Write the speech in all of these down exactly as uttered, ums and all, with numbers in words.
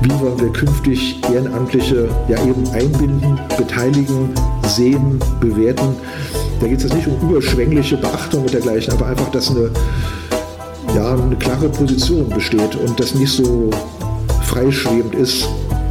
wie wollen wir künftig Ehrenamtliche ja eben einbinden, beteiligen, sehen, bewerten. Da geht es jetzt nicht um überschwängliche Beachtung und dergleichen, aber einfach, dass eine, ja, eine klare Position besteht und das nicht so freischwebend ist.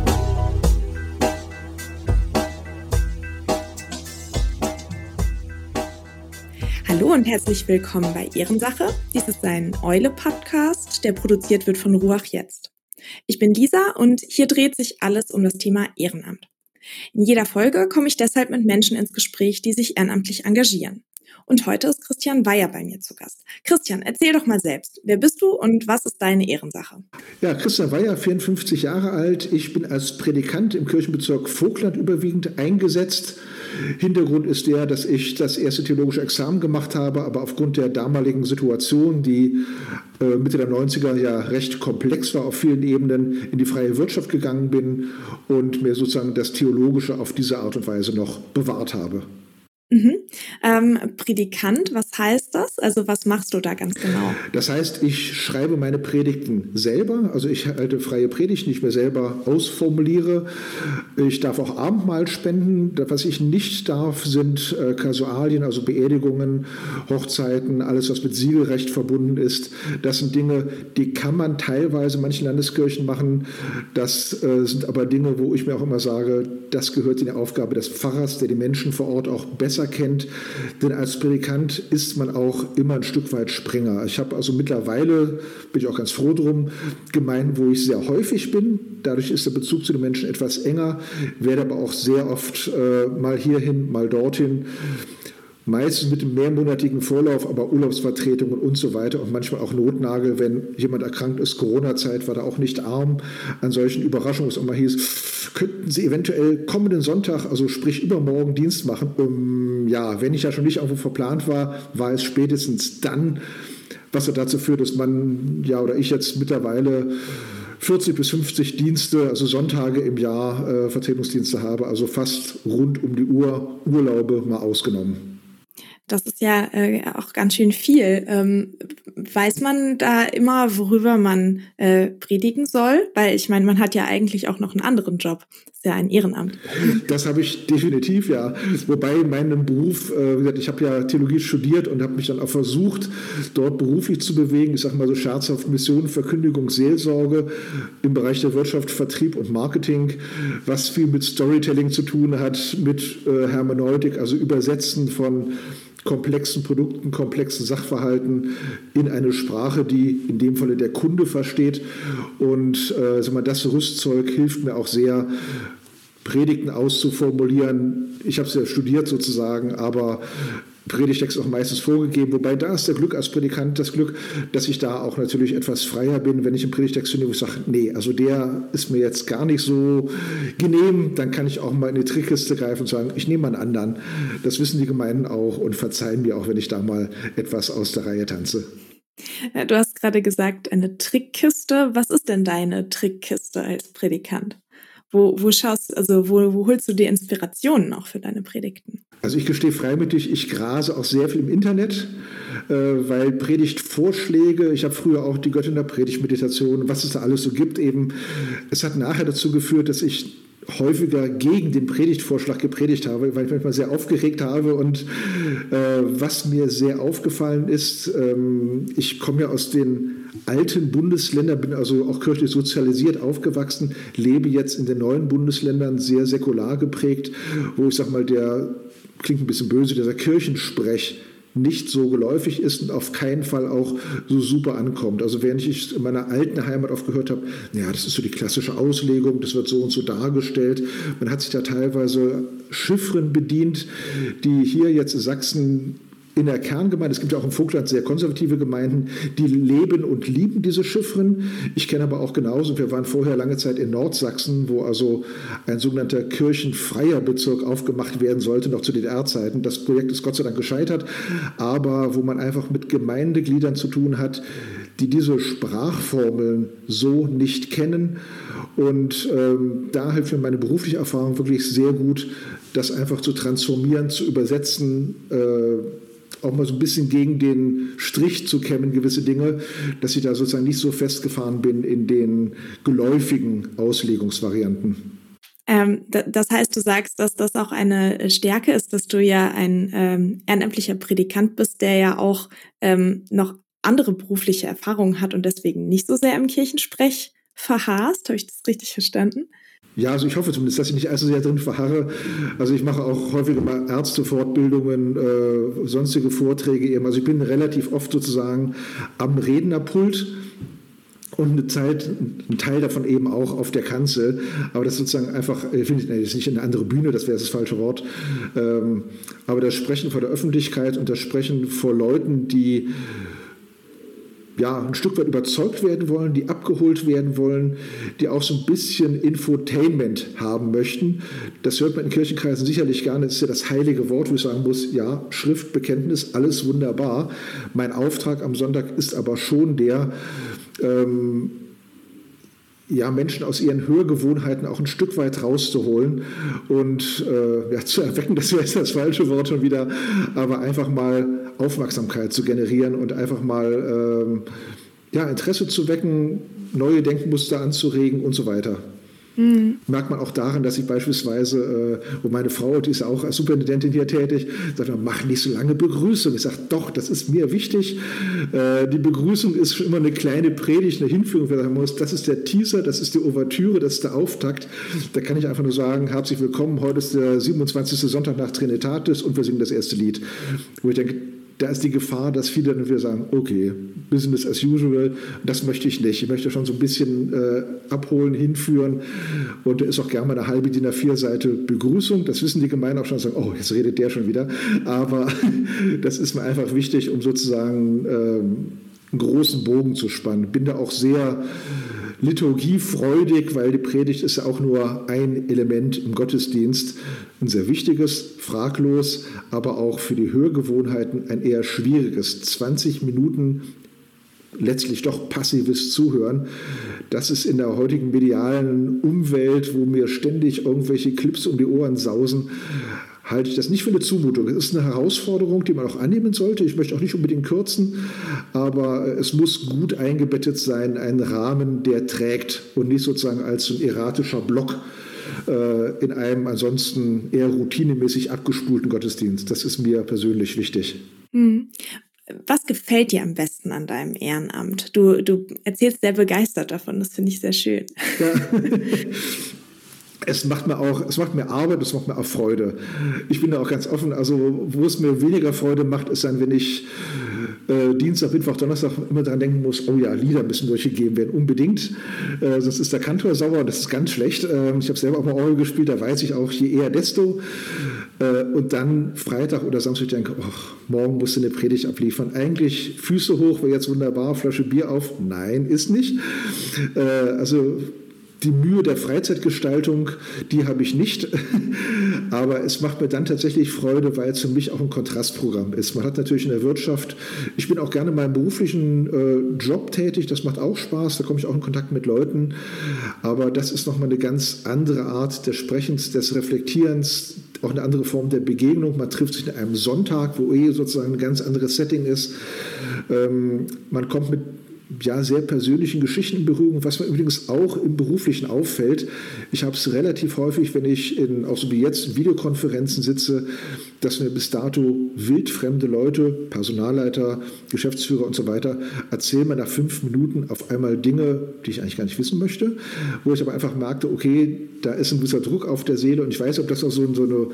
Hallo und herzlich willkommen bei Ehrensache. Dies ist ein Eule-Podcast, der produziert wird von Ruach Jetzt. Ich bin Lisa und hier dreht sich alles um das Thema Ehrenamt. In jeder Folge komme ich deshalb mit Menschen ins Gespräch, die sich ehrenamtlich engagieren. Und heute ist Christian Weyer bei mir zu Gast. Christian, erzähl doch mal selbst. Wer bist du und was ist deine Ehrensache? Ja, Christian Weyer, vierundfünfzig Jahre alt. Ich bin als Predikant im Kirchenbezirk Vogtland überwiegend eingesetzt. Hintergrund ist der, dass ich das erste theologische Examen gemacht habe, aber aufgrund der damaligen Situation, die äh, Mitte der neunziger ja recht komplex war auf vielen Ebenen, in die freie Wirtschaft gegangen bin und mir sozusagen das Theologische auf diese Art und Weise noch bewahrt habe. Mhm. Ähm, Predikant, was heißt das? Also was machst du da ganz genau? Das heißt, ich schreibe meine Predigten selber, also ich halte freie Predigten, die ich mir selber ausformuliere. Ich darf auch Abendmahl spenden. Was ich nicht darf, sind äh, Kasualien, also Beerdigungen, Hochzeiten, alles, was mit Siegelrecht verbunden ist. Das sind Dinge, die kann man teilweise in manchen Landeskirchen machen. Das äh, sind aber Dinge, wo ich mir auch immer sage, das gehört in die Aufgabe des Pfarrers, der die Menschen vor Ort auch besser kennt, denn als Predikant ist man auch immer ein Stück weit Springer. Ich habe also mittlerweile, bin ich auch ganz froh drum, Gemeinden, wo ich sehr häufig bin. Dadurch ist der Bezug zu den Menschen etwas enger, werde aber auch sehr oft äh, mal hierhin, mal dorthin. Meistens mit einem mehrmonatigen Vorlauf, aber Urlaubsvertretungen und so weiter und manchmal auch Notnagel, wenn jemand erkrankt ist. Corona-Zeit war da auch nicht arm an solchen Überraschungen, es auch mal hieß, könnten Sie eventuell kommenden Sonntag, also sprich übermorgen, Dienst machen. Um, ja, wenn ich ja schon nicht irgendwo verplant war, war es spätestens dann, was dazu führt, dass man, ja, oder ich jetzt mittlerweile vierzig bis fünfzig Dienste, also Sonntage im Jahr, äh, Vertretungsdienste habe, also fast rund um die Uhr, Urlaube mal ausgenommen. Das ist ja äh, auch ganz schön viel. Ähm, weiß man da immer, worüber man äh, predigen soll? Weil ich meine, man hat ja eigentlich auch noch einen anderen Job. Das ist ja ein Ehrenamt. Das habe ich definitiv, ja. Wobei in meinem Beruf, äh, wie gesagt, ich habe ja Theologie studiert und habe mich dann auch versucht, dort beruflich zu bewegen. Ich sage mal so scherzhaft Mission, Verkündigung, Seelsorge im Bereich der Wirtschaft, Vertrieb und Marketing, was viel mit Storytelling zu tun hat, mit äh, Hermeneutik, also Übersetzen von komplexen Produkten, komplexen Sachverhalten in eine Sprache, die in dem Falle der Kunde versteht. Und äh, sag mal, das Rüstzeug hilft mir auch sehr, Predigten auszuformulieren. Ich habe es ja studiert sozusagen, aber Predigtext auch meistens vorgegeben, wobei da ist der Glück als Predikant das Glück, dass ich da auch natürlich etwas freier bin, wenn ich einen Predigtext finde, wo ich sage, nee, also der ist mir jetzt gar nicht so genehm, dann kann ich auch mal in die Trickkiste greifen und sagen, ich nehme mal einen anderen. Das wissen die Gemeinden auch und verzeihen mir auch, wenn ich da mal etwas aus der Reihe tanze. Du hast gerade gesagt, eine Trickkiste. Was ist denn deine Trickkiste als Predikant? Wo, wo schaust, also wo, wo holst du dir Inspirationen auch für deine Predigten? Also ich gestehe freimütig, ich grase auch sehr viel im Internet, äh, weil Predigtvorschläge, ich habe früher auch die Göttin der Predigtmeditation, was es da alles so gibt eben, es hat nachher dazu geführt, dass ich häufiger gegen den Predigtvorschlag gepredigt habe, weil ich manchmal sehr aufgeregt habe und äh, was mir sehr aufgefallen ist, ähm, ich komme ja aus den alten Bundesländern, bin also auch kirchlich sozialisiert aufgewachsen, lebe jetzt in den neuen Bundesländern sehr säkular geprägt, wo ich sag mal, der, klingt ein bisschen böse, dieser Kirchensprech nicht so geläufig ist und auf keinen Fall auch so super ankommt. Also während ich in meiner alten Heimat oft gehört habe, ja, das ist so die klassische Auslegung, das wird so und so dargestellt. Man hat sich da teilweise Chiffren bedient, die hier jetzt in Sachsen in der Kerngemeinde, es gibt ja auch im Vogtland sehr konservative Gemeinden, die leben und lieben diese Chiffren. Ich kenne aber auch genauso, wir waren vorher lange Zeit in Nordsachsen, wo also ein sogenannter kirchenfreier Bezirk aufgemacht werden sollte, noch zu D D R-Zeiten. Das Projekt ist Gott sei Dank gescheitert, aber wo man einfach mit Gemeindegliedern zu tun hat, die diese Sprachformeln so nicht kennen. Und ähm, da hilft mir meine berufliche Erfahrung wirklich sehr gut, das einfach zu transformieren, zu übersetzen, äh, auch mal so ein bisschen gegen den Strich zu kämmen, gewisse Dinge, dass ich da sozusagen nicht so festgefahren bin in den geläufigen Auslegungsvarianten. Ähm, das heißt, du sagst, dass das auch eine Stärke ist, dass du ja ein ähm, ehrenamtlicher Predikant bist, der ja auch ähm, noch andere berufliche Erfahrungen hat und deswegen nicht so sehr im Kirchensprech verharrst. Habe ich das richtig verstanden? Ja, also ich hoffe zumindest, dass ich nicht allzu sehr drin verharre. Also ich mache auch häufig mal Ärztefortbildungen, äh, sonstige Vorträge eben. Also ich bin relativ oft sozusagen am Rednerpult und eine Zeit, ein Teil davon eben auch auf der Kanzel. Aber das ist sozusagen einfach, ich finde, das ist nicht eine andere Bühne, das wäre das falsche Wort. Ähm, aber das Sprechen vor der Öffentlichkeit und das Sprechen vor Leuten, die ja, ein Stück weit überzeugt werden wollen, die abgeholt werden wollen, die auch so ein bisschen Infotainment haben möchten. Das hört man in Kirchenkreisen sicherlich gerne. Das ist ja das heilige Wort, wo ich sagen muss, ja, Schrift, Bekenntnis, alles wunderbar. Mein Auftrag am Sonntag ist aber schon der, ähm, ja, Menschen aus ihren Hörgewohnheiten auch ein Stück weit rauszuholen und äh, ja, zu erwecken, das wäre jetzt das falsche Wort schon wieder, aber einfach mal Aufmerksamkeit zu generieren und einfach mal ähm, ja, Interesse zu wecken, neue Denkmuster anzuregen und so weiter. Mhm. Merkt man auch daran, dass ich beispielsweise, äh, wo meine Frau, die ist auch als Superintendentin hier tätig, sagt, mach nicht so lange Begrüßung. Ich sage, doch, das ist mir wichtig. Äh, die Begrüßung ist immer eine kleine Predigt, eine Hinführung, wer sagen muss, das ist der Teaser, das ist die Ouvertüre, das ist der Auftakt. Da kann ich einfach nur sagen, herzlich willkommen, heute ist der siebenundzwanzigste Sonntag nach Trinitatis und wir singen das erste Lied. Wo ich denke, da ist die Gefahr, dass viele dann wieder sagen, okay, Business as usual, das möchte ich nicht. Ich möchte schon so ein bisschen äh, abholen, hinführen und da ist auch gerne mal eine halbe D I N A vier Seite Begrüßung. Das wissen die Gemeinden auch schon, sagen, oh, jetzt redet der schon wieder. Aber das ist mir einfach wichtig, um sozusagen ähm, einen großen Bogen zu spannen. Bin da auch sehr liturgiefreudig, weil die Predigt ist ja auch nur ein Element im Gottesdienst, ein sehr wichtiges, fraglos, aber auch für die Hörgewohnheiten ein eher schwieriges. zwanzig Minuten letztlich doch passives Zuhören. Das ist in der heutigen medialen Umwelt, wo mir ständig irgendwelche Clips um die Ohren sausen, halte ich das nicht für eine Zumutung. Es ist eine Herausforderung, die man auch annehmen sollte. Ich möchte auch nicht unbedingt kürzen, aber es muss gut eingebettet sein, ein Rahmen, der trägt und nicht sozusagen als ein erratischer Block äh, in einem ansonsten eher routinemäßig abgespulten Gottesdienst. Das ist mir persönlich wichtig. Hm. Was gefällt dir am besten an deinem Ehrenamt? Du, du erzählst sehr begeistert davon, das finde ich sehr schön. Ja. Es macht mir auch, es macht mir Arbeit, es macht mir auch Freude. Ich bin da auch ganz offen. Also, wo es mir weniger Freude macht, ist dann, wenn ich äh, Dienstag, Mittwoch, Donnerstag immer daran denken muss, oh ja, Lieder müssen durchgegeben werden, unbedingt. Äh, sonst ist der Kantor sauer und das ist ganz schlecht. Äh, ich habe selber auch mal Orgel gespielt, da weiß ich auch, je eher, desto. Äh, und dann Freitag oder Samstag denke ich, oh, morgen musst du eine Predigt abliefern. Eigentlich Füße hoch, wäre jetzt wunderbar, Flasche Bier auf. Nein, ist nicht. Äh, also die Mühe der Freizeitgestaltung, die habe ich nicht, aber es macht mir dann tatsächlich Freude, weil es für mich auch ein Kontrastprogramm ist. Man hat natürlich in der Wirtschaft, ich bin auch gerne in meinem beruflichen äh, Job tätig, das macht auch Spaß, da komme ich auch in Kontakt mit Leuten, aber das ist nochmal eine ganz andere Art des Sprechens, des Reflektierens, auch eine andere Form der Begegnung. Man trifft sich an einem Sonntag, wo eh sozusagen ein ganz anderes Setting ist. Ähm, man kommt mit ja, sehr persönlichen Geschichten in Berührung, was mir übrigens auch im Beruflichen auffällt. Ich habe es relativ häufig, wenn ich in, auch so wie jetzt in Videokonferenzen sitze, dass mir bis dato wildfremde Leute, Personalleiter, Geschäftsführer und so weiter, erzählen mir nach fünf Minuten auf einmal Dinge, die ich eigentlich gar nicht wissen möchte, wo ich aber einfach merkte, okay, da ist ein gewisser Druck auf der Seele und ich weiß, ob das auch so, so eine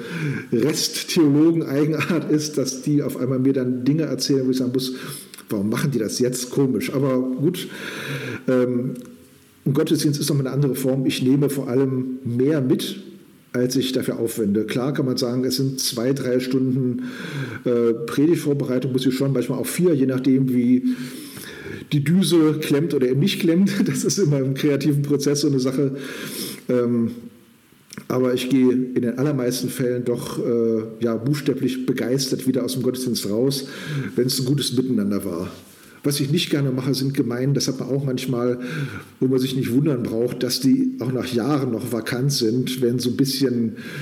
Rest-Theologen-Eigenart ist, dass die auf einmal mir dann Dinge erzählen, wo ich sagen muss, warum machen die das jetzt? Komisch. Aber gut, ähm, ein Gottesdienst ist nochmal eine andere Form. Ich nehme vor allem mehr mit, als ich dafür aufwende. Klar kann man sagen, es sind zwei, drei Stunden äh, Predigtvorbereitung, muss ich schon, manchmal auch vier, je nachdem, wie die Düse klemmt oder eben nicht klemmt. Das ist immer im kreativen Prozess so eine Sache. Ähm, Aber ich gehe in den allermeisten Fällen doch äh, ja, buchstäblich begeistert wieder aus dem Gottesdienst raus, wenn es ein gutes Miteinander war. Was ich nicht gerne mache, sind Gemeinden, das hat man auch manchmal, wo man sich nicht wundern braucht, dass die auch nach Jahren noch vakant sind, wenn so ein bisschen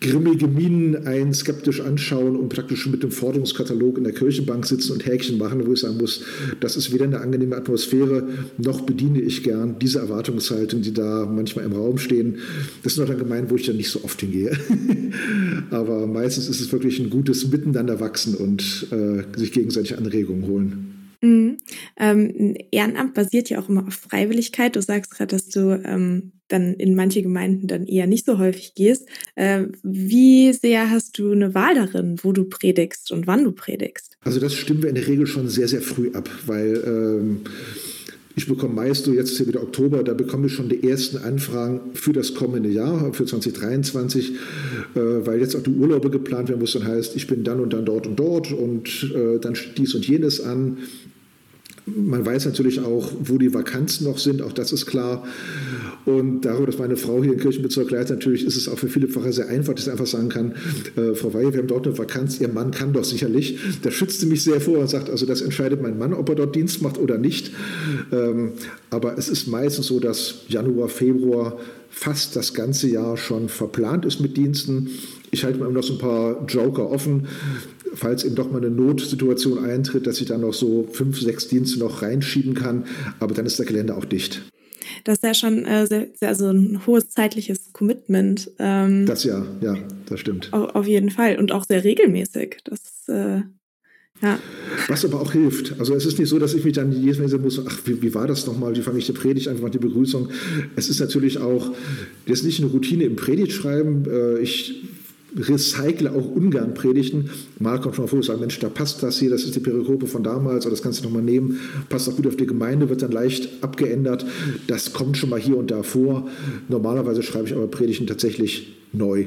grimmige Mienen ein, skeptisch anschauen und praktisch mit dem Forderungskatalog in der Kirchenbank sitzen und Häkchen machen, wo ich sagen muss, das ist weder eine angenehme Atmosphäre, noch bediene ich gern diese Erwartungshaltung, die da manchmal im Raum stehen. Das ist noch dann gemein, wo ich dann nicht so oft hingehe. Aber meistens ist es wirklich ein gutes Miteinander wachsen und äh, sich gegenseitig Anregungen holen. Mhm. Ähm, Ehrenamt basiert ja auch immer auf Freiwilligkeit. Du sagst gerade, dass du ähm, dann in manche Gemeinden dann eher nicht so häufig gehst. Äh, wie sehr hast du eine Wahl darin, wo du predigst und wann du predigst? Also das stimmen wir in der Regel schon sehr, sehr früh ab, weil ähm, ich bekomme meist, so jetzt ist ja wieder Oktober, da bekomme ich schon die ersten Anfragen für das kommende Jahr, für zwanzig dreiundzwanzig, äh, weil jetzt auch die Urlaube geplant werden, wo es dann heißt, ich bin dann und dann dort und dort und äh, dann steht dies und jenes an. Man weiß natürlich auch, wo die Vakanzen noch sind, auch das ist klar. Und darüber, dass meine Frau hier im Kirchenbezirk leitet, natürlich ist es auch für viele Pfarrer sehr einfach, dass ich einfach sagen kann, äh, Frau Weihe, wir haben dort eine Vakanz, Ihr Mann kann doch sicherlich. Da schützt sie mich sehr vor und sagt, also das entscheidet mein Mann, ob er dort Dienst macht oder nicht. Ähm, aber es ist meistens so, dass Januar, Februar fast das ganze Jahr schon verplant ist mit Diensten. Ich halte mir immer noch so ein paar Joker offen, falls eben doch mal eine Notsituation eintritt, dass ich dann noch so fünf, sechs Dienste noch reinschieben kann. Aber dann ist der Kalender auch dicht. Das ist ja schon äh, sehr, sehr, also ein hohes zeitliches Commitment. Ähm, das ja, ja, das stimmt. Auf, auf jeden Fall und auch sehr regelmäßig. Das äh, ja. Was aber auch hilft. Also es ist nicht so, dass ich mich dann jedes Mal sagen muss, ach, wie, wie war das nochmal, wie fange ich die Predigt, einfach mal die Begrüßung. Es ist natürlich auch, das ist nicht eine Routine im Predigtschreiben. Ich recycle auch ungern Predigten. Mal kommt schon mal vor, ich sage, Mensch, da passt das hier, das ist die Perikope von damals, oder das kannst du nochmal nehmen, passt auch gut auf die Gemeinde, wird dann leicht abgeändert. Das kommt schon mal hier und da vor. Normalerweise schreibe ich aber Predigten tatsächlich neu.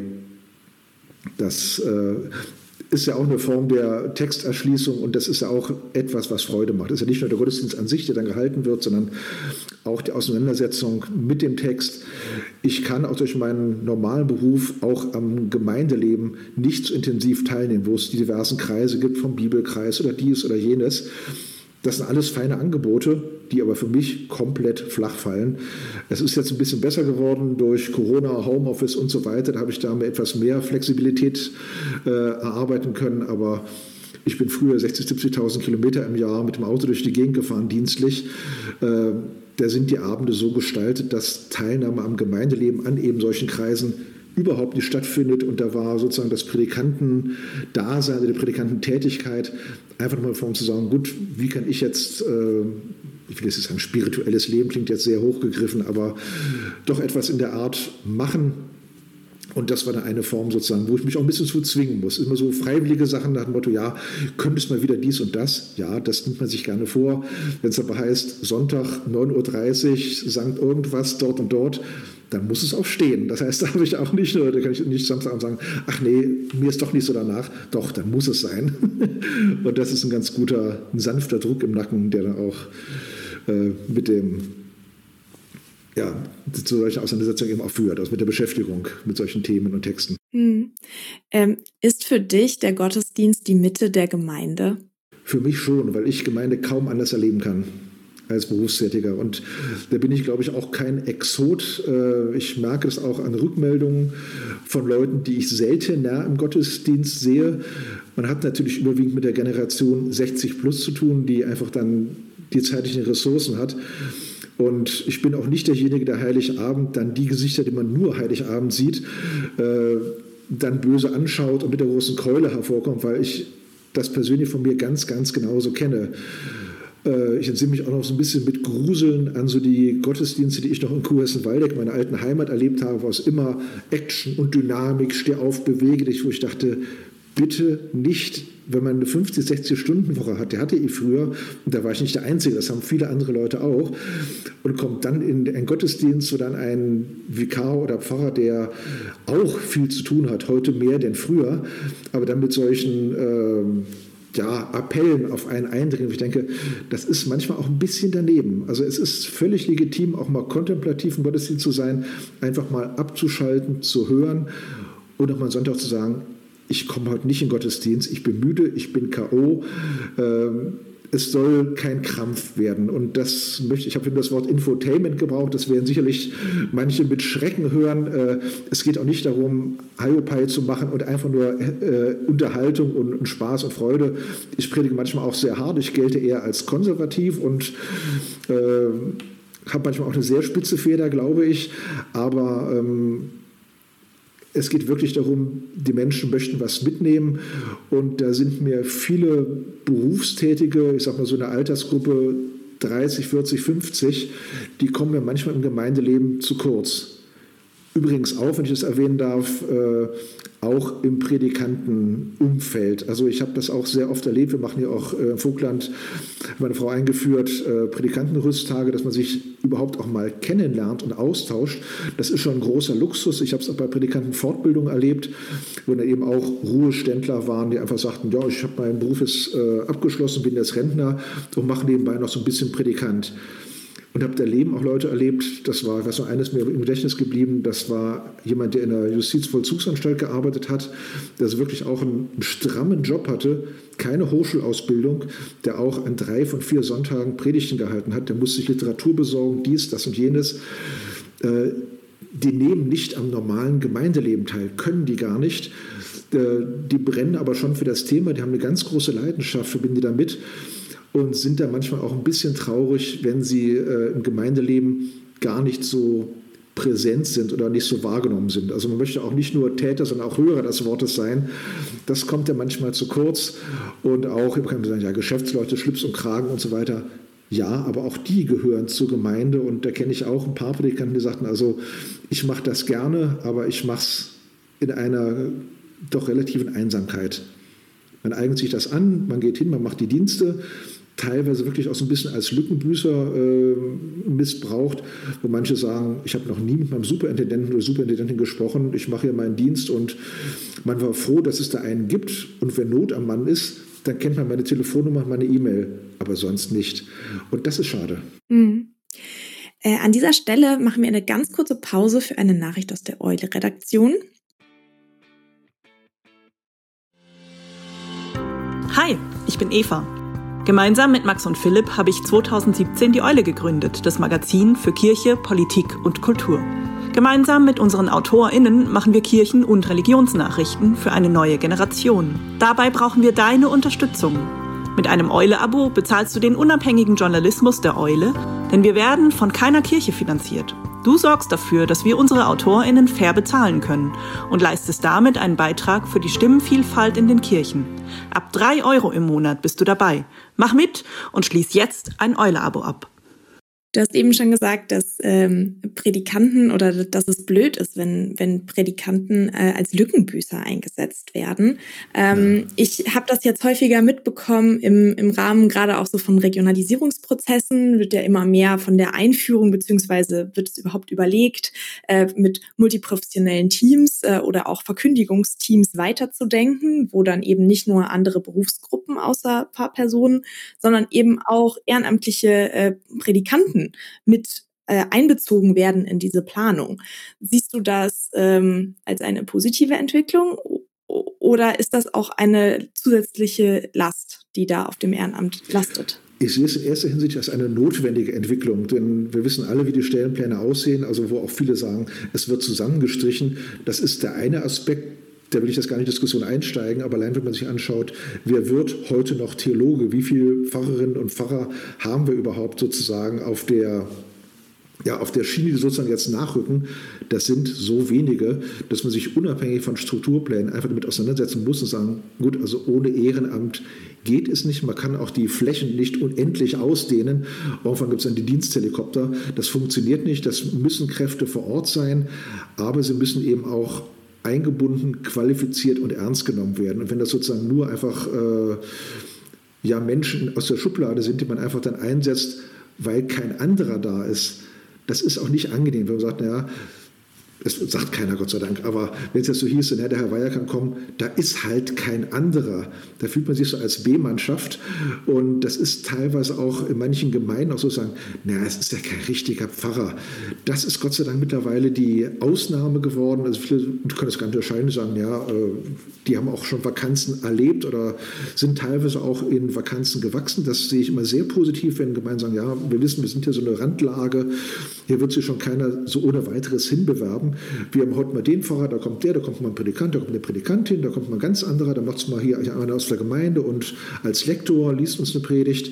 Das äh, ist ja auch eine Form der Texterschließung und das ist ja auch etwas, was Freude macht. Das ist ja nicht nur der Gottesdienst an sich, der dann gehalten wird, sondern auch die Auseinandersetzung mit dem Text. Ich kann auch durch meinen normalen Beruf auch am Gemeindeleben nicht so intensiv teilnehmen, wo es die diversen Kreise gibt, vom Bibelkreis oder dies oder jenes. Das sind alles feine Angebote, die aber für mich komplett flach fallen. Es ist jetzt ein bisschen besser geworden durch Corona, Homeoffice und so weiter. Da habe ich da mit etwas mehr Flexibilität äh, erarbeiten können. Aber ich bin früher sechzigtausend, siebzigtausend Kilometer im Jahr mit dem Auto durch die Gegend gefahren, dienstlich. Äh, da sind die Abende so gestaltet, dass Teilnahme am Gemeindeleben an eben solchen Kreisen überhaupt nicht stattfindet. Und da war sozusagen das Predikantendasein, die Predikantentätigkeit einfach mal vor zu sagen, gut, wie kann ich jetzt, äh, ich will jetzt sagen, spirituelles Leben klingt jetzt sehr hochgegriffen, aber doch etwas in der Art machen. Und das war dann eine Form sozusagen, wo ich mich auch ein bisschen zu zwingen muss. Immer so freiwillige Sachen nach dem Motto, ja, könntest mal wieder dies und das? Ja, das nimmt man sich gerne vor. Wenn es aber heißt, Sonntag neun Uhr dreißig, Sankt irgendwas, dort und dort, dann muss es auch stehen. Das heißt, da habe ich auch nicht nur, da kann ich nicht Samstagabend sagen, ach nee, mir ist doch nicht so danach. Doch, dann muss es sein. Und das ist ein ganz guter, ein sanfter Druck im Nacken, der dann auch äh, mit dem ja, zu solchen Auseinandersetzungen eben auch führt, also mit der Beschäftigung mit solchen Themen und Texten. Hm. Ähm, ist für dich der Gottesdienst die Mitte der Gemeinde? Für mich schon, weil ich Gemeinde kaum anders erleben kann als Berufstätiger. Und da bin ich, glaube ich, auch kein Exot. Ich merke es auch an Rückmeldungen von Leuten, die ich selten nah im Gottesdienst sehe. Man hat natürlich überwiegend mit der Generation sechzig plus zu tun, die einfach dann die zeitlichen Ressourcen hat. Und ich bin auch nicht derjenige, der Heiligabend dann die Gesichter, die man nur Heiligabend sieht, äh, dann böse anschaut und mit der großen Keule hervorkommt, weil ich das persönlich von mir ganz, ganz genauso kenne. Äh, ich entsinne mich auch noch so ein bisschen mit Gruseln an so die Gottesdienste, die ich noch in Kurhessen-Waldeck, meiner alten Heimat, erlebt habe, wo es immer Action und Dynamik, steh auf, bewege dich, wo ich dachte, bitte nicht, wenn man eine fünfzig, sechzig Stunden Woche hat, der hatte ich früher, und da war ich nicht der Einzige, das haben viele andere Leute auch, und kommt dann in einen Gottesdienst, wo dann ein Vikar oder Pfarrer, der auch viel zu tun hat, heute mehr denn früher, aber dann mit solchen ähm, ja, Appellen auf einen eindringen. Ich denke, das ist manchmal auch ein bisschen daneben. Also es ist völlig legitim, auch mal kontemplativ im Gottesdienst zu sein, einfach mal abzuschalten, zu hören und auch mal Sonntag zu sagen, ich komme heute nicht in den Gottesdienst, ich bin müde, ich bin K O. Ähm, es soll kein Krampf werden. Und das möchte ich, habe das Wort Infotainment gebraucht, das werden sicherlich manche mit Schrecken hören. Äh, es geht auch nicht darum, Hiopai zu machen und einfach nur äh, Unterhaltung und, und Spaß und Freude. Ich predige manchmal auch sehr hart, ich gelte eher als konservativ und äh, habe manchmal auch eine sehr spitze Feder, glaube ich. Aber ähm, es geht wirklich darum, die Menschen möchten was mitnehmen und da sind mir viele Berufstätige, ich sag mal so eine Altersgruppe dreißig, vierzig, fünfzig, die kommen mir manchmal im Gemeindeleben zu kurz. Übrigens auch, wenn ich das erwähnen darf, äh, auch im Predikantenumfeld. Also ich habe das auch sehr oft erlebt. Wir machen hier auch äh, im Vogtland, meine Frau eingeführt, äh, Predikantenrüsttage, dass man sich überhaupt auch mal kennenlernt und austauscht. Das ist schon ein großer Luxus. Ich habe es auch bei Predikantenfortbildung erlebt, wo dann eben auch Ruheständler waren, die einfach sagten, ja, ich habe meinen Beruf jetzt äh, abgeschlossen, bin jetzt Rentner und mache nebenbei noch so ein bisschen Predikant. Und habe da Leben auch Leute erlebt, das war, was so eines mir im Gedächtnis geblieben, das war jemand, der in der Justizvollzugsanstalt gearbeitet hat, der also wirklich auch einen strammen Job hatte, keine Hochschulausbildung, der auch an drei von vier Sonntagen Predigten gehalten hat, der musste sich Literatur besorgen, dies, das und jenes. Äh, die nehmen nicht am normalen Gemeindeleben teil, können die gar nicht. Äh, die brennen aber schon für das Thema, die haben eine ganz große Leidenschaft, verbinden die damit. Und sind da manchmal auch ein bisschen traurig, wenn sie äh, im Gemeindeleben gar nicht so präsent sind oder nicht so wahrgenommen sind. Also man möchte auch nicht nur Täter, sondern auch Hörer des Wortes sein. Das kommt ja manchmal zu kurz. Und auch, ich kann sagen, ja, Geschäftsleute, Schlips und Kragen und so weiter. Ja, aber auch die gehören zur Gemeinde. Und da kenne ich auch ein paar Predikanten, die sagten, also ich mache das gerne, aber ich mache es in einer doch relativen Einsamkeit. Man eignet sich das an, man geht hin, man macht die Dienste, teilweise wirklich auch so ein bisschen als Lückenbüßer äh, missbraucht, wo manche sagen, ich habe noch nie mit meinem Superintendenten oder Superintendentin gesprochen, ich mache hier meinen Dienst und man war froh, dass es da einen gibt und wenn Not am Mann ist, dann kennt man meine Telefonnummer, meine E-Mail, aber sonst nicht. Und das ist schade. Mhm. Äh, an dieser Stelle machen wir eine ganz kurze Pause für eine Nachricht aus der Eule-Redaktion. Hi, ich bin Eva. Gemeinsam mit Max und Philipp habe ich zweitausendsiebzehn die Eule gegründet, das Magazin für Kirche, Politik und Kultur. Gemeinsam mit unseren AutorInnen machen wir Kirchen- und Religionsnachrichten für eine neue Generation. Dabei brauchen wir deine Unterstützung. Mit einem Eule-Abo bezahlst du den unabhängigen Journalismus der Eule, denn wir werden von keiner Kirche finanziert. Du sorgst dafür, dass wir unsere AutorInnen fair bezahlen können und leistest damit einen Beitrag für die Stimmenvielfalt in den Kirchen. Ab drei Euro im Monat bist du dabei. Mach mit und schließ jetzt ein Eule-Abo ab. Du hast eben schon gesagt, dass ähm, Predikanten oder dass es blöd ist, wenn, wenn Predikanten äh, als Lückenbüßer eingesetzt werden. Ähm, ja. Ich habe das jetzt häufiger mitbekommen im, im Rahmen gerade auch so von Regionalisierungsprozessen, wird ja immer mehr von der Einführung beziehungsweise wird es überhaupt überlegt, äh, mit multiprofessionellen Teams äh, oder auch Verkündigungsteams weiterzudenken, wo dann eben nicht nur andere Berufsgruppen außer Pfarrpersonen, sondern eben auch ehrenamtliche äh, Predikanten mit äh, einbezogen werden in diese Planung. Siehst du das ähm, als eine positive Entwicklung oder ist das auch eine zusätzliche Last, die da auf dem Ehrenamt lastet? Ich sehe es in erster Hinsicht als eine notwendige Entwicklung, denn wir wissen alle, wie die Stellenpläne aussehen, also wo auch viele sagen, es wird zusammengestrichen. Das ist der eine Aspekt. Da will ich das gar nicht in die Diskussion einsteigen, aber allein wenn man sich anschaut, wer wird heute noch Theologe, wie viele Pfarrerinnen und Pfarrer haben wir überhaupt sozusagen auf der, ja, auf der Schiene, die sozusagen jetzt nachrücken, das sind so wenige, dass man sich unabhängig von Strukturplänen einfach damit auseinandersetzen muss und sagen, gut, also ohne Ehrenamt geht es nicht, man kann auch die Flächen nicht unendlich ausdehnen, irgendwann gibt es dann die Diensthelikopter, das funktioniert nicht, das müssen Kräfte vor Ort sein, aber sie müssen eben auch eingebunden, qualifiziert und ernst genommen werden. Und wenn das sozusagen nur einfach äh, ja, Menschen aus der Schublade sind, die man einfach dann einsetzt, weil kein anderer da ist, das ist auch nicht angenehm. Wenn man sagt, naja, Das sagt keiner, Gott sei Dank. Aber wenn es jetzt so hieß, ja, der Herr Weiher kann kommen, da ist halt kein anderer. Da fühlt man sich so als B-Mannschaft. Und das ist teilweise auch in manchen Gemeinden auch so sagen, naja, es ist ja kein richtiger Pfarrer. Das ist Gott sei Dank mittlerweile die Ausnahme geworden. Also viele können das gar nicht unterscheiden, sagen, ja, die haben auch schon Vakanzen erlebt oder sind teilweise auch in Vakanzen gewachsen. Das sehe ich immer sehr positiv, wenn Gemeinden sagen, ja, wir wissen, wir sind hier so eine Randlage. Hier wird sich schon keiner so ohne weiteres hinbewerben. Wir haben heute mal den Pfarrer, da kommt der, da kommt mal ein Predikant, da kommt eine Predikantin, da kommt mal ein ganz anderer, da macht es mal hier einer aus der Gemeinde und als Lektor liest uns eine Predigt.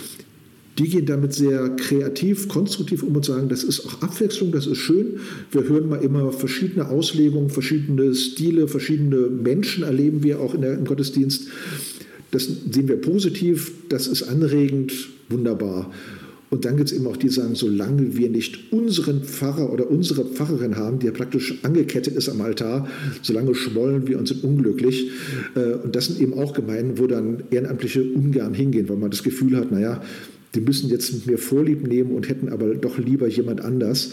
Die gehen damit sehr kreativ, konstruktiv um und sagen, das ist auch Abwechslung, das ist schön. Wir hören mal immer verschiedene Auslegungen, verschiedene Stile, verschiedene Menschen erleben wir auch in der, im Gottesdienst. Das sehen wir positiv, das ist anregend, wunderbar. Und dann gibt es eben auch die, die sagen, solange wir nicht unseren Pfarrer oder unsere Pfarrerin haben, die ja praktisch angekettet ist am Altar, solange schmollen wir und sind unglücklich. Und das sind eben auch Gemeinden, wo dann Ehrenamtliche ungern hingehen, weil man das Gefühl hat, naja, die müssen jetzt mit mir Vorlieb nehmen und hätten aber doch lieber jemand anders.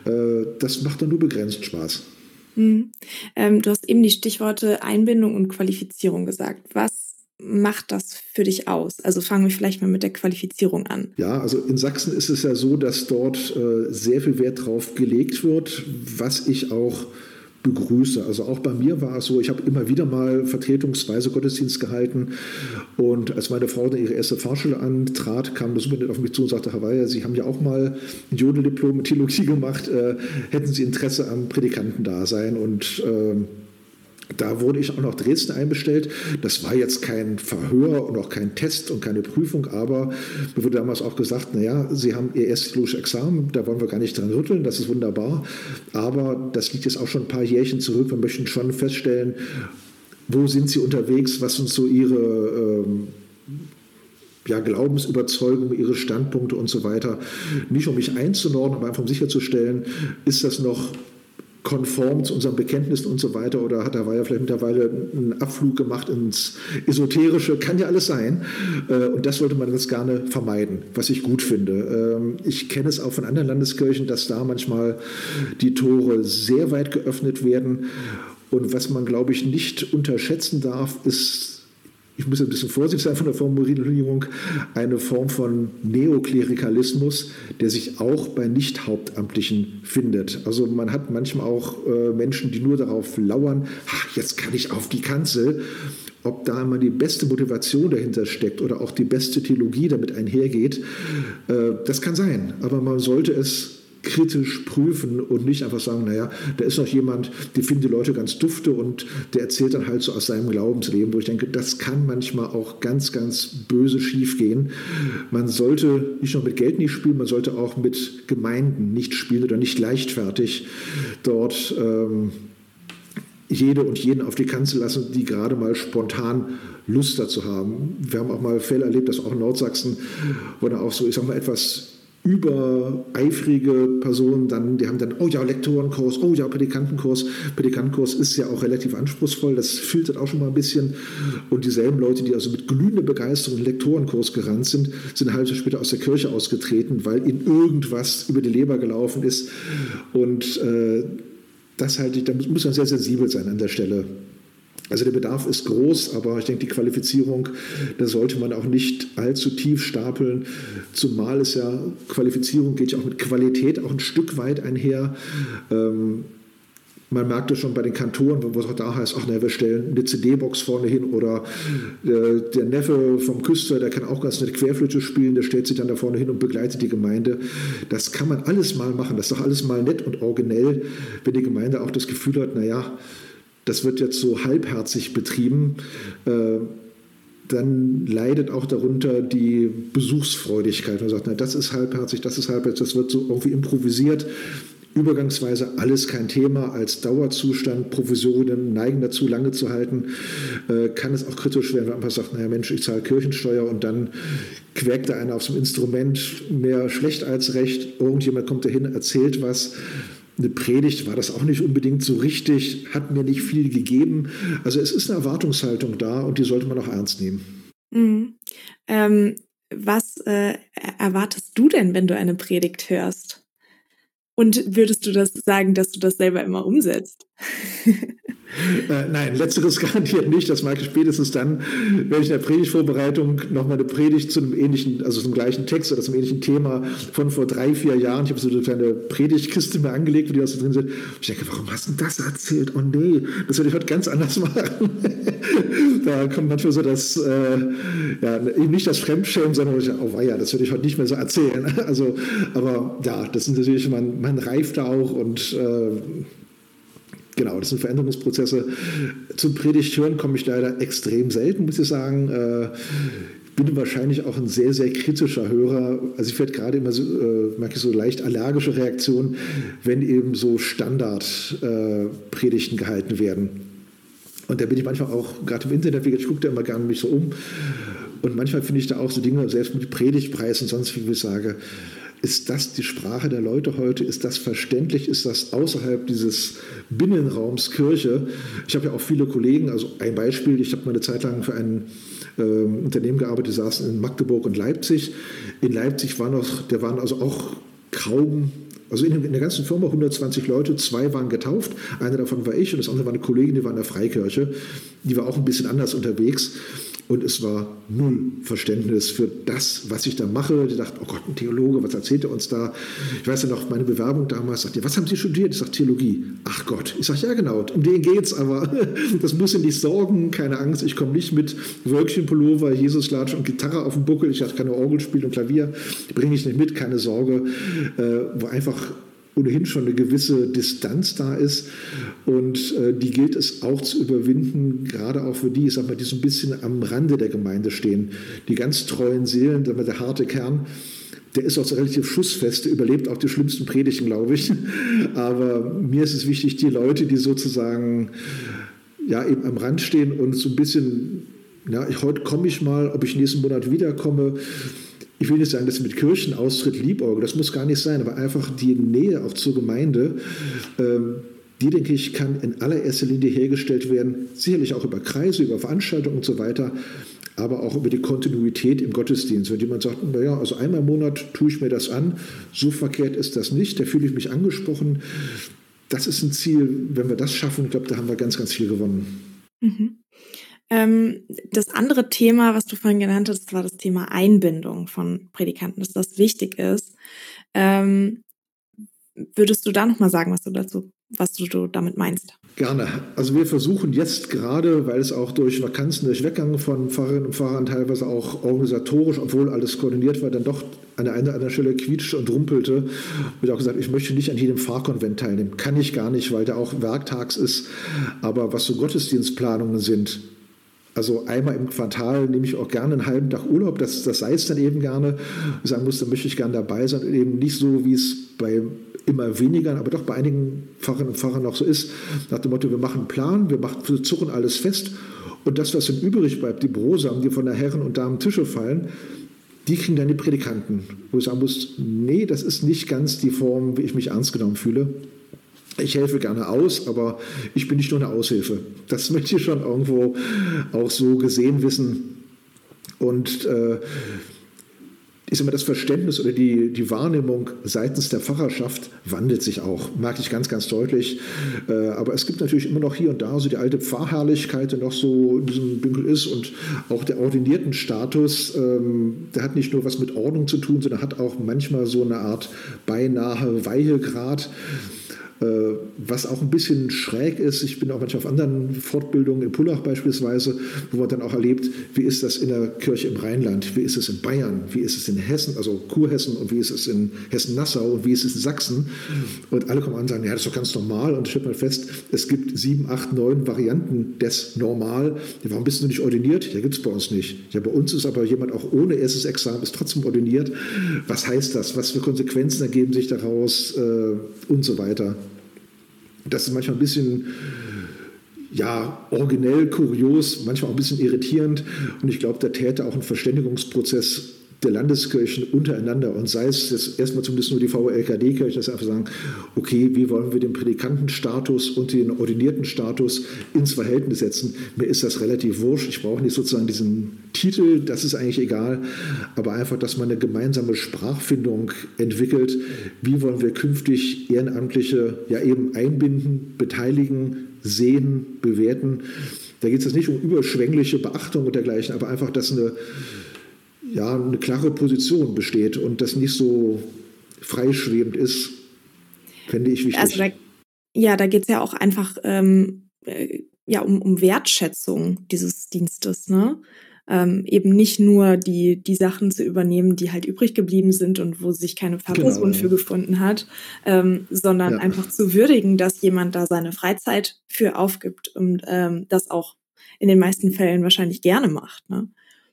Das macht dann nur begrenzt Spaß. Mhm. Ähm, du hast eben die Stichworte Einbindung und Qualifizierung gesagt. Was macht das für dich aus? Also fangen wir vielleicht mal mit der Qualifizierung an. Ja, also in Sachsen ist es ja so, dass dort äh, sehr viel Wert drauf gelegt wird, was ich auch begrüße. Also auch bei mir war es so, ich habe immer wieder mal vertretungsweise Gottesdienst gehalten und als meine Frau dann ihre erste Pfarrschule antrat, kam der Superintendent auf mich zu und sagte, Herr Weiher, Sie haben ja auch mal ein Jodeldiplom in Theologie gemacht, äh, hätten Sie Interesse am Predikantendasein? Und äh, da wurde ich auch nach Dresden einbestellt. Das war jetzt kein Verhör und auch kein Test und keine Prüfung, aber mir wurde damals auch gesagt, naja, Sie haben Ihr erstes theologisches Examen, da wollen wir gar nicht dran rütteln, das ist wunderbar, aber das liegt jetzt auch schon ein paar Jährchen zurück. Wir möchten schon feststellen, wo sind Sie unterwegs, was sind so Ihre ähm, ja, Glaubensüberzeugung, ihre Standpunkte und so weiter. Nicht um mich einzunordnen, aber einfach um sicherzustellen, ist das noch konform zu unseren Bekenntnissen und so weiter, oder hat der Weiher vielleicht mittlerweile einen Abflug gemacht ins Esoterische, kann ja alles sein. Und das sollte man ganz gerne vermeiden, was ich gut finde. Ich kenne es auch von anderen Landeskirchen, dass da manchmal die Tore sehr weit geöffnet werden. Und was man, glaube ich, nicht unterschätzen darf, ist, ich muss ein bisschen vorsichtig sein von der Formulierung, eine Form von Neoklerikalismus, der sich auch bei Nicht-Hauptamtlichen findet. Also man hat manchmal auch äh, Menschen, die nur darauf lauern, ach, jetzt kann ich auf die Kanzel. Ob da immer die beste Motivation dahinter steckt oder auch die beste Theologie damit einhergeht, äh, das kann sein. Aber man sollte es kritisch prüfen und nicht einfach sagen, naja, da ist noch jemand, der findet die Leute ganz dufte und der erzählt dann halt so aus seinem Glaubensleben, wo ich denke, das kann manchmal auch ganz, ganz böse schiefgehen. Man sollte nicht nur mit Geld nicht spielen, man sollte auch mit Gemeinden nicht spielen oder nicht leichtfertig dort ähm, jede und jeden auf die Kanzel lassen, die gerade mal spontan Lust dazu haben. Wir haben auch mal Fälle erlebt, dass auch in Nordsachsen, wo dann auch so, ich sag mal, etwas übereifrige Personen, dann, die haben dann, oh ja, Lektorenkurs, oh ja, Predikantenkurs. Predikantenkurs ist ja auch relativ anspruchsvoll, das filtert auch schon mal ein bisschen. Und dieselben Leute, die also mit glühender Begeisterung in den Lektorenkurs gerannt sind, sind halt später aus der Kirche ausgetreten, weil ihnen irgendwas über die Leber gelaufen ist. Und äh, das halte ich, da muss man sehr sensibel sein an der Stelle. Also der Bedarf ist groß, aber ich denke, die Qualifizierung, da sollte man auch nicht allzu tief stapeln, zumal es ja, Qualifizierung geht ja auch mit Qualität auch ein Stück weit einher. Ähm, man merkt das schon bei den Kantoren, wo es auch da heißt, ach ne, wir stellen eine C D-Box vorne hin, oder äh, der Neffe vom Küster, der kann auch ganz nett Querflöte spielen, der stellt sich dann da vorne hin und begleitet die Gemeinde. Das kann man alles mal machen, das ist doch alles mal nett und originell, wenn die Gemeinde auch das Gefühl hat, naja, das wird jetzt so halbherzig betrieben, äh, dann leidet auch darunter die Besuchsfreudigkeit. Man sagt, na, das ist halbherzig, das ist halbherzig, das wird so irgendwie improvisiert. Übergangsweise alles kein Thema, als Dauerzustand. Provisorien neigen dazu, lange zu halten. Äh, kann es auch kritisch werden, wenn man einfach sagt, naja Mensch, ich zahle Kirchensteuer, und dann quäkt da einer auf dem Instrument, mehr schlecht als recht. Irgendjemand kommt dahin, erzählt was. Eine Predigt war das auch nicht unbedingt so richtig, hat mir nicht viel gegeben. Also es ist eine Erwartungshaltung da, und die sollte man auch ernst nehmen. Mhm. Ähm, was äh, erwartest du denn, wenn du eine Predigt hörst? Und würdest du das sagen, dass du das selber immer umsetzt? Äh, nein, letzteres garantiert nicht. Das mag ich spätestens dann, wenn ich in der Predigtvorbereitung nochmal eine Predigt zu einem ähnlichen, also zum gleichen Text oder zum ähnlichen Thema von vor drei, vier Jahren, ich habe so eine kleine Predigtkiste mir angelegt, wo die da so drin sind. Ich denke, warum hast du denn das erzählt? Oh nee, das würde ich heute ganz anders machen. Da kommt manchmal so das, äh, ja, eben nicht das Fremdschämen, sondern ich, oh weia, das würde ich heute nicht mehr so erzählen. Also, aber ja, das sind natürlich, man, man reift da auch und äh, genau, das sind Veränderungsprozesse. Zum Predigt hören komme ich leider extrem selten, muss ich sagen. Ich bin wahrscheinlich auch ein sehr, sehr kritischer Hörer. Also ich werde gerade immer so, äh, merke ich so leicht allergische Reaktionen, wenn eben so Standardpredigten äh, gehalten werden. Und da bin ich manchmal auch, gerade im Internet, ich gucke da immer gerne mich so um. Und manchmal finde ich da auch so Dinge, selbst mit Predigtpreis und sonst, wie ich sage, ist das die Sprache der Leute heute? Ist das verständlich? Ist das außerhalb dieses Binnenraums Kirche? Ich habe ja auch viele Kollegen, also ein Beispiel, ich habe mal eine Zeit lang für ein äh, Unternehmen gearbeitet, die saßen in Magdeburg und Leipzig. In Leipzig waren noch, der waren also auch kaum, also in, in der ganzen Firma hundertzwanzig Leute, zwei waren getauft, einer davon war ich und das andere war eine Kollegin, die war in der Freikirche, die war auch ein bisschen anders unterwegs. Und es war null Verständnis für das, was ich da mache. Die dachten, oh Gott, ein Theologe, was erzählt er uns da? Ich weiß ja noch, meine Bewerbung damals, sagt ihr, was haben Sie studiert? Ich sage, Theologie. Ach Gott. Ich sage, ja genau, um den geht's, aber das muss Sie nicht sorgen, keine Angst. Ich komme nicht mit Wölkchenpullover, Jesuslatsch und Gitarre auf dem Buckel. Ich kann nur Orgel spielen und Klavier. Die bringe ich nicht mit, keine Sorge. Äh, wo einfach ohnehin schon eine gewisse Distanz da ist und äh, die gilt es auch zu überwinden, gerade auch für die, ich sag mal, die so ein bisschen am Rande der Gemeinde stehen. Die ganz treuen Seelen, sag mal, der harte Kern, der ist auch so relativ schussfest, der überlebt auch die schlimmsten Predigten, glaube ich. Aber mir ist es wichtig, die Leute, die sozusagen ja eben am Rand stehen und so ein bisschen, ja, ich, heute komme ich mal, ob ich nächsten Monat wiederkomme. Ich will nicht sagen, dass mit Kirchenaustritt liebäugeln, das muss gar nicht sein, aber einfach die Nähe auch zur Gemeinde, ähm, die, denke ich, kann in allererster Linie hergestellt werden, sicherlich auch über Kreise, über Veranstaltungen und so weiter, aber auch über die Kontinuität im Gottesdienst. Wenn jemand sagt, naja, also einmal im Monat tue ich mir das an, so verkehrt ist das nicht, da fühle ich mich angesprochen. Das ist ein Ziel, wenn wir das schaffen, ich glaube, da haben wir ganz, ganz viel gewonnen. Mhm. Ähm, das andere Thema, was du vorhin genannt hast, war das Thema Einbindung von Predikanten, dass das wichtig ist. Ähm, würdest du da nochmal sagen, was du dazu, was du, du damit meinst? Gerne. Also wir versuchen jetzt gerade, weil es auch durch Vakanzen, durch Weggang von Pfarrerinnen und Pfarrern teilweise auch organisatorisch, obwohl alles koordiniert war, dann doch an der einen oder anderen Stelle quietschte und rumpelte. Und ich auch gesagt, ich möchte nicht an jedem Pfarrkonvent teilnehmen. Kann ich gar nicht, weil der auch werktags ist. Aber was so Gottesdienstplanungen sind, also einmal im Quartal nehme ich auch gerne einen halben Tag Urlaub, das, das sei es dann eben gerne. Ich sagen muss, da möchte ich gerne dabei sein und eben nicht so, wie es bei immer weniger, aber doch bei einigen Pfarrerinnen und Pfarrern noch so ist, nach dem Motto, wir machen einen Plan, wir, machen, wir zurren alles fest und das, was dann übrig bleibt, die Brosamen, die von der Herren- und Damen-Tische fallen, die kriegen dann die Predikanten. Wo ich sagen muss, nee, das ist nicht ganz die Form, wie ich mich ernst genommen fühle. Ich helfe gerne aus, aber ich bin nicht nur eine Aushilfe. Das möchte ich schon irgendwo auch so gesehen wissen. Und äh, ich sage mal, das Verständnis oder die, die Wahrnehmung seitens der Pfarrerschaft wandelt sich auch, merke ich ganz, ganz deutlich. Äh, aber es gibt natürlich immer noch hier und da so die alte Pfarrherrlichkeit, die noch so in diesem Winkel ist und auch der ordinierten Status, ähm, der hat nicht nur was mit Ordnung zu tun, sondern hat auch manchmal so eine Art beinahe Weihegrad. Was auch ein bisschen schräg ist, ich bin auch manchmal auf anderen Fortbildungen in Pullach beispielsweise, wo man dann auch erlebt, wie ist das in der Kirche im Rheinland, wie ist es in Bayern, wie ist es in Hessen, also Kurhessen und wie ist es in Hessen-Nassau und wie ist es in Sachsen. Und alle kommen an und sagen, ja, das ist doch ganz normal. Und ich stelle mal fest, es gibt sieben, acht, neun Varianten des Normal. Ja, warum bist du nicht ordiniert? Ja, gibt es bei uns nicht. Ja, bei uns ist aber jemand auch ohne erstes Examen ist trotzdem ordiniert. Was heißt das? Was für Konsequenzen ergeben sich daraus äh, und so weiter? Das ist manchmal ein bisschen ja, originell, kurios, manchmal auch ein bisschen irritierend. Und ich glaube, da täte auch ein Verständigungsprozess der Landeskirchen untereinander und sei es jetzt erstmal zumindest nur die V L K D-Kirche, dass sie einfach sagen, okay, wie wollen wir den Predikantenstatus und den ordinierten Status ins Verhältnis setzen? Mir ist das relativ wurscht. Ich brauche nicht sozusagen diesen Titel, das ist eigentlich egal, aber einfach, dass man eine gemeinsame Sprachfindung entwickelt. Wie wollen wir künftig Ehrenamtliche ja eben einbinden, beteiligen, sehen, bewerten? Da geht es jetzt nicht um überschwängliche Beachtung und dergleichen, aber einfach, dass eine ja, eine klare Position besteht und das nicht so freischwebend ist, fände ich wichtig. Also da, ja, da geht es ja auch einfach ähm, äh, ja, um, um Wertschätzung dieses Dienstes, ne? Ähm, eben nicht nur die, die Sachen zu übernehmen, die halt übrig geblieben sind und wo sich keine Pfarrperson genau, ja. für gefunden hat, ähm, sondern ja. einfach zu würdigen, dass jemand da seine Freizeit für aufgibt und ähm, das auch in den meisten Fällen wahrscheinlich gerne macht, ne?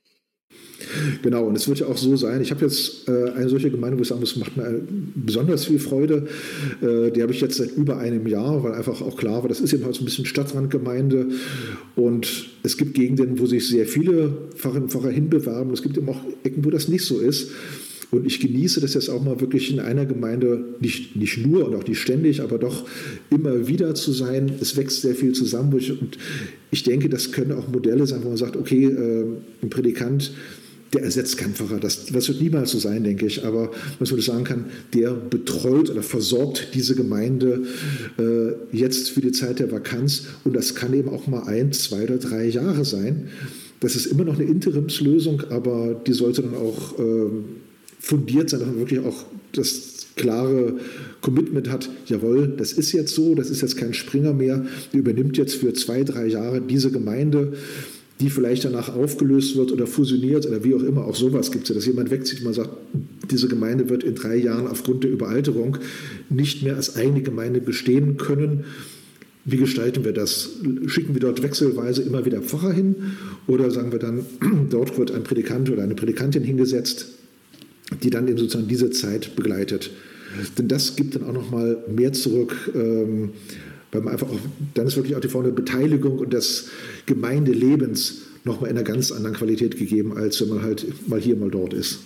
Genau, und es wird ja auch so sein, ich habe jetzt äh, eine solche Gemeinde, wo ich sagen muss, macht mir besonders viel Freude. Äh, die habe ich jetzt seit über einem Jahr, weil einfach auch klar war, das ist eben halt so ein bisschen Stadtrandgemeinde und es gibt Gegenden, wo sich sehr viele Pfarrer und Pfarrer hinbewerben. Es gibt eben auch Ecken, wo das nicht so ist. Und ich genieße das jetzt auch mal wirklich in einer Gemeinde, nicht, nicht nur und auch nicht ständig, aber doch immer wieder zu sein. Es wächst sehr viel zusammen. Und ich denke, das können auch Modelle sein, wo man sagt, okay, äh, ein Predikant, der ersetzt keinen Pfarrer. Das, das wird niemals so sein, denke ich. Aber was man sagen kann, der betreut oder versorgt diese Gemeinde äh, jetzt für die Zeit der Vakanz. Und das kann eben auch mal ein, zwei oder drei Jahre sein. Das ist immer noch eine Interimslösung, aber die sollte dann auch äh, fundiert sein, dass man wirklich auch das klare Commitment hat, jawohl, das ist jetzt so, das ist jetzt kein Springer mehr, der übernimmt jetzt für zwei, drei Jahre diese Gemeinde, die vielleicht danach aufgelöst wird oder fusioniert oder wie auch immer, auch sowas gibt es ja, dass jemand wegzieht und man sagt, diese Gemeinde wird in drei Jahren aufgrund der Überalterung nicht mehr als eigene Gemeinde bestehen können. Wie gestalten wir das? Schicken wir dort wechselweise immer wieder Pfarrer hin oder sagen wir dann, dort wird ein Predikant oder eine Predikantin hingesetzt, die dann eben sozusagen diese Zeit begleitet. Denn das gibt dann auch noch mal mehr zurück, ähm, weil man einfach auch, dann ist wirklich auch die Form der Beteiligung und des Gemeindelebens noch mal in einer ganz anderen Qualität gegeben, als wenn man halt mal hier, mal dort ist.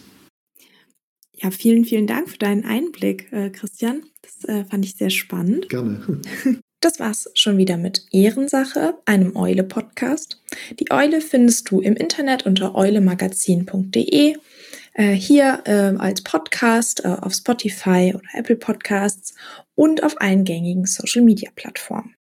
Ja, vielen, vielen Dank für deinen Einblick, äh, Christian. Das äh, fand ich sehr spannend. Gerne. Das war's schon wieder mit Ehrensache, einem Eule-Podcast. Die Eule findest du im Internet unter eulemagazin punkt de. Äh, hier äh, als Podcast äh, auf Spotify oder Apple Podcasts und auf allen gängigen Social-Media-Plattformen.